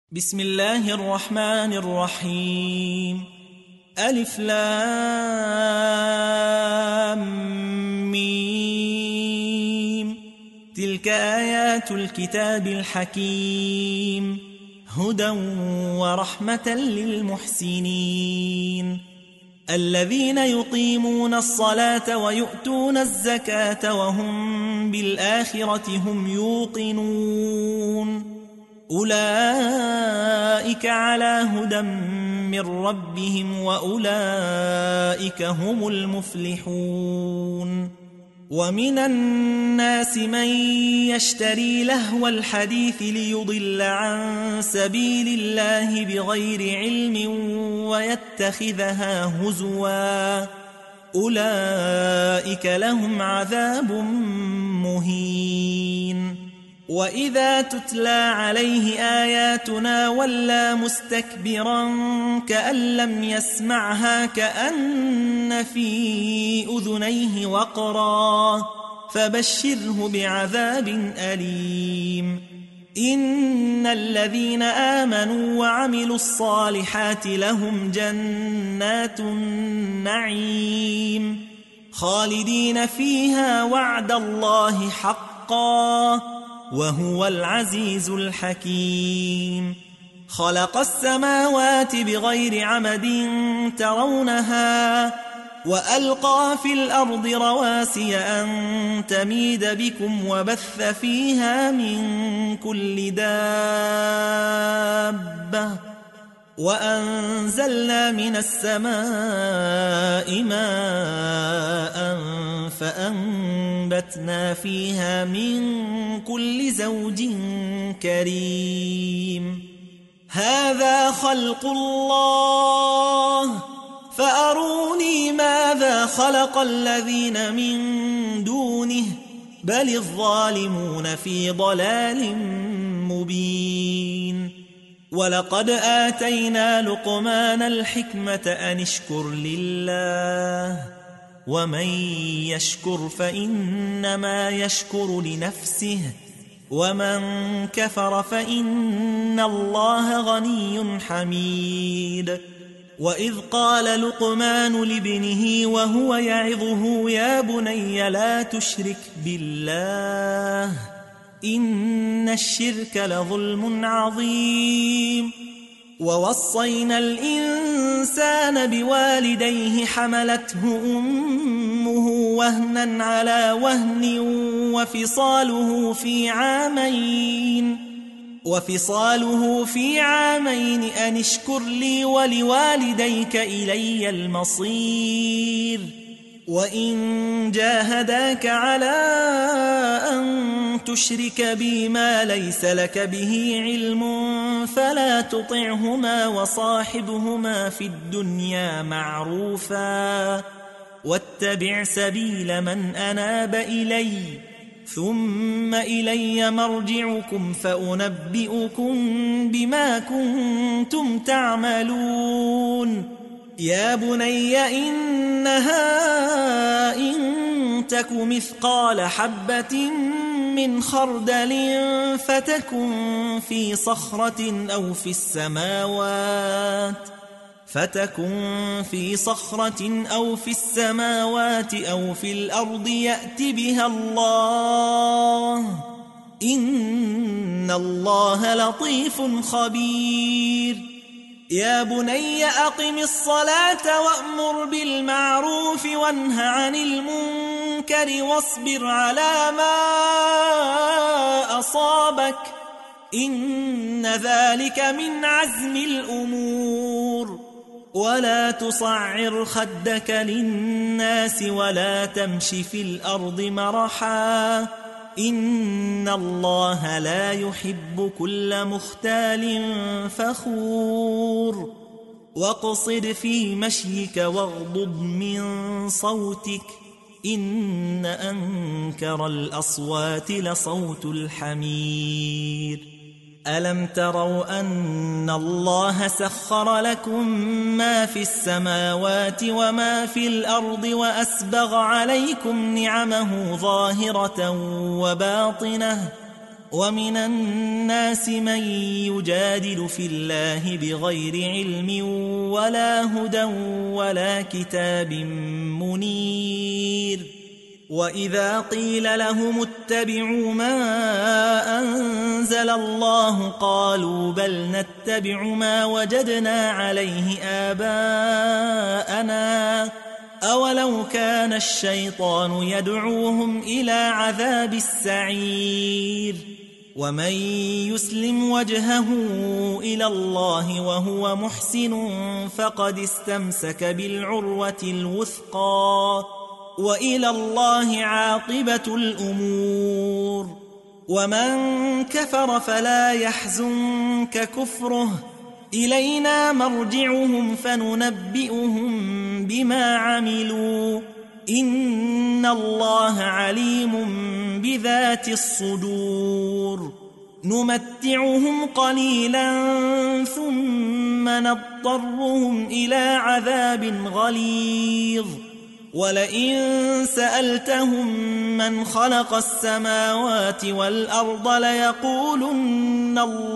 بسم الله الرحمن الرحيم. ألف لام ميم. تلك آيات الكتاب الحكيم هدى ورحمة للمحسنين الذين يقيمون الصلاة ويؤتون الزكاة وهم بالآخرة هم يوقنون أولئك على هدى من ربهم وأولئك هم المفلحون. ومن الناس من يشتري لهو الحديث ليضل عن سبيل الله بغير علم ويتخذها هزوا أولئك لهم عذاب مهين. وإذا تتلى عليه آياتنا ولى مستكبرا كأن لم يسمعها كأن في أذنيه وقرا فبشره بعذاب أليم. إن الذين آمنوا وعملوا الصالحات لهم جنات النعيم خالدين فيها وعد الله حقا وهو العزيز الحكيم. خلق السماوات بغير عمد ترونها وألقى في الأرض رواسي أن تميد بكم وبث فيها من كل دابة وأنزلنا من السماء ماء فأنبتنا فيها من كل زوج كريم. هذا خلق الله فأروني ماذا خلق الذين من دونه بل الظالمون في ضلال مبين. ولقد آتينا لقمان الحكمة أن اشكر لله ومن يشكر فإنما يشكر لنفسه ومن كفر فإن الله غني حميد. وإذ قال لقمان لابنه وهو يعظه يا بني لا تشرك بالله إن الشرك لظلم عظيم. ووصينا الإنسان بوالديه حملته أمه وهنا على وهن وفصاله في عامين أن اشكر لي ولوالديك إلي المصير. وإن جاهداك على أن تشرك بي ما ليس لك به علم فلا تطعهما وصاحبهما في الدنيا معروفا واتبع سبيل من أناب إلي ثم إلي مرجعكم فأنبئكم بما كنتم تعملون. يا بني إنها إن تك مثقال حبة من خردل فتكن في صخرة أو في السماوات أو في الأرض يأت بها الله إن الله لطيف خبير. يا بني أقم الصلاة وأمر بالمعروف وانه عن المنكر واصبر على ما أصابك إن ذلك من عزم الأمور. ولا تصعر خدك للناس ولا تمش في الأرض مرحا إن الله لا يحب كل مختال فخور. واقصد في مشيك واغضض من صوتك إن أنكر الأصوات لصوت الحمير. ألم تروا أن الله سخر لكم ما في السماوات وما في الأرض وأسبغ عليكم نعمه ظاهرة وباطنة ومن الناس من يجادل في الله بغير علم ولا هدى ولا كتاب منير وإذا قيل لهم اتبعوا ما أنزل الله قالوا بل نتبع ما وجدنا عليه آباءنا أولو كان الشيطان يدعوهم إلى عذاب السعير ومن يسلم وجهه إلى الله وهو محسن فقد استمسك بالعروة الوثقى وإلى الله عاقبة الأمور ومن كفر فلا يحزنك كفره إلينا مرجعهم فننبئهم بما عملوا إن الله عليم بذات الصدور نمتعهم قليلا ثم نضطرهم إلى عذاب غليظ ولئن سألتهم من خلق السماوات والأرض ليقولن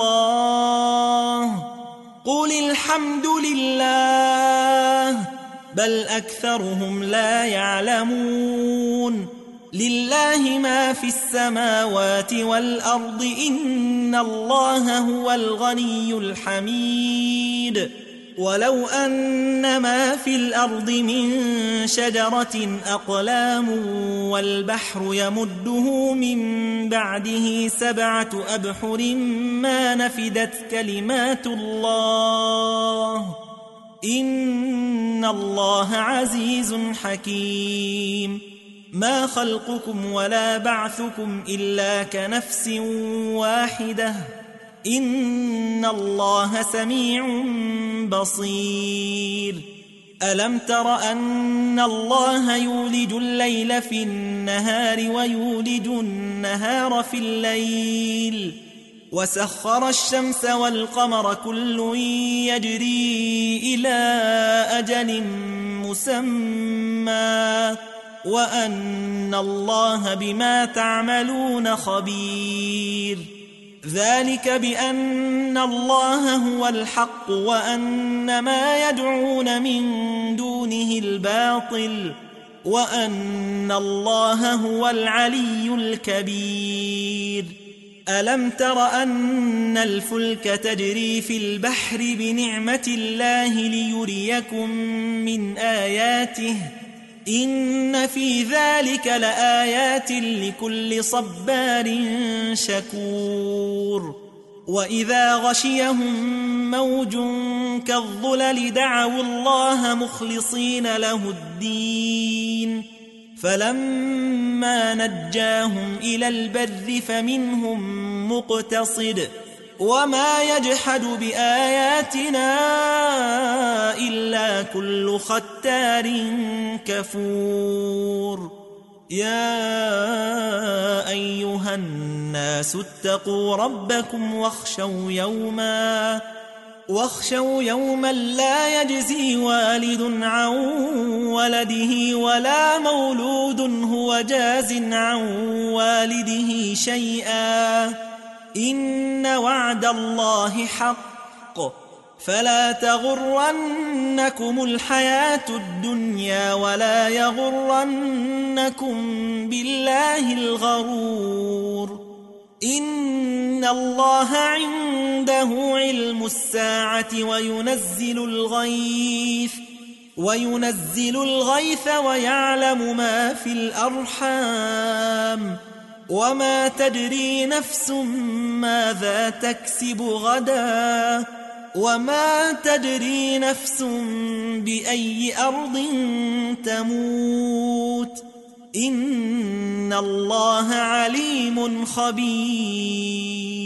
الله قل الحمد لله بل أكثرهم لا يعلمون لله ما في السماوات والأرض إن الله هو الغني الحميد ولو أن ما في الأرض من شجرة أقلام والبحر يمده من بعده 7 أبحر ما نفدت كلمات الله إن الله عزيز حكيم ما خلقكم ولا بعثكم إلا كنفس واحدة إن الله سميع بصير ألم تر أن الله يولج الليل في النهار ويولج النهار في الليل وسخر الشمس والقمر كل يجري إلى أجل مسمى وأن الله بما تعملون خبير ذلك بأن الله هو الحق وأن ما يدعون من دونه الباطل وأن الله هو العلي الكبير ألم تر أن الفلك تجري في البحر بنعمة الله ليريكم من آياته إن في ذلك لآيات لكل صبار شكور وإذا غشيهم موج كالظلل دعوا الله مخلصين له الدين فلما نجاهم إلى البر فمنهم مقتصد وما يجحد بآياتنا إلا كل ختار كفور يا أيها الناس اتقوا ربكم واخشوا يوما لا يجزي والد عن ولده ولا مولود هو جاز عن والده شيئا إن وعد الله حق فلا تغرنكم الحياة الدنيا ولا يغرنكم بالله الغرور إن الله عنده علم الساعة وينزل الغيث ويعلم ما في الأرحام وما تدري نفس ماذا تكسب غدا وما تدري نفس بأي أرض تموت إن الله عليم خبير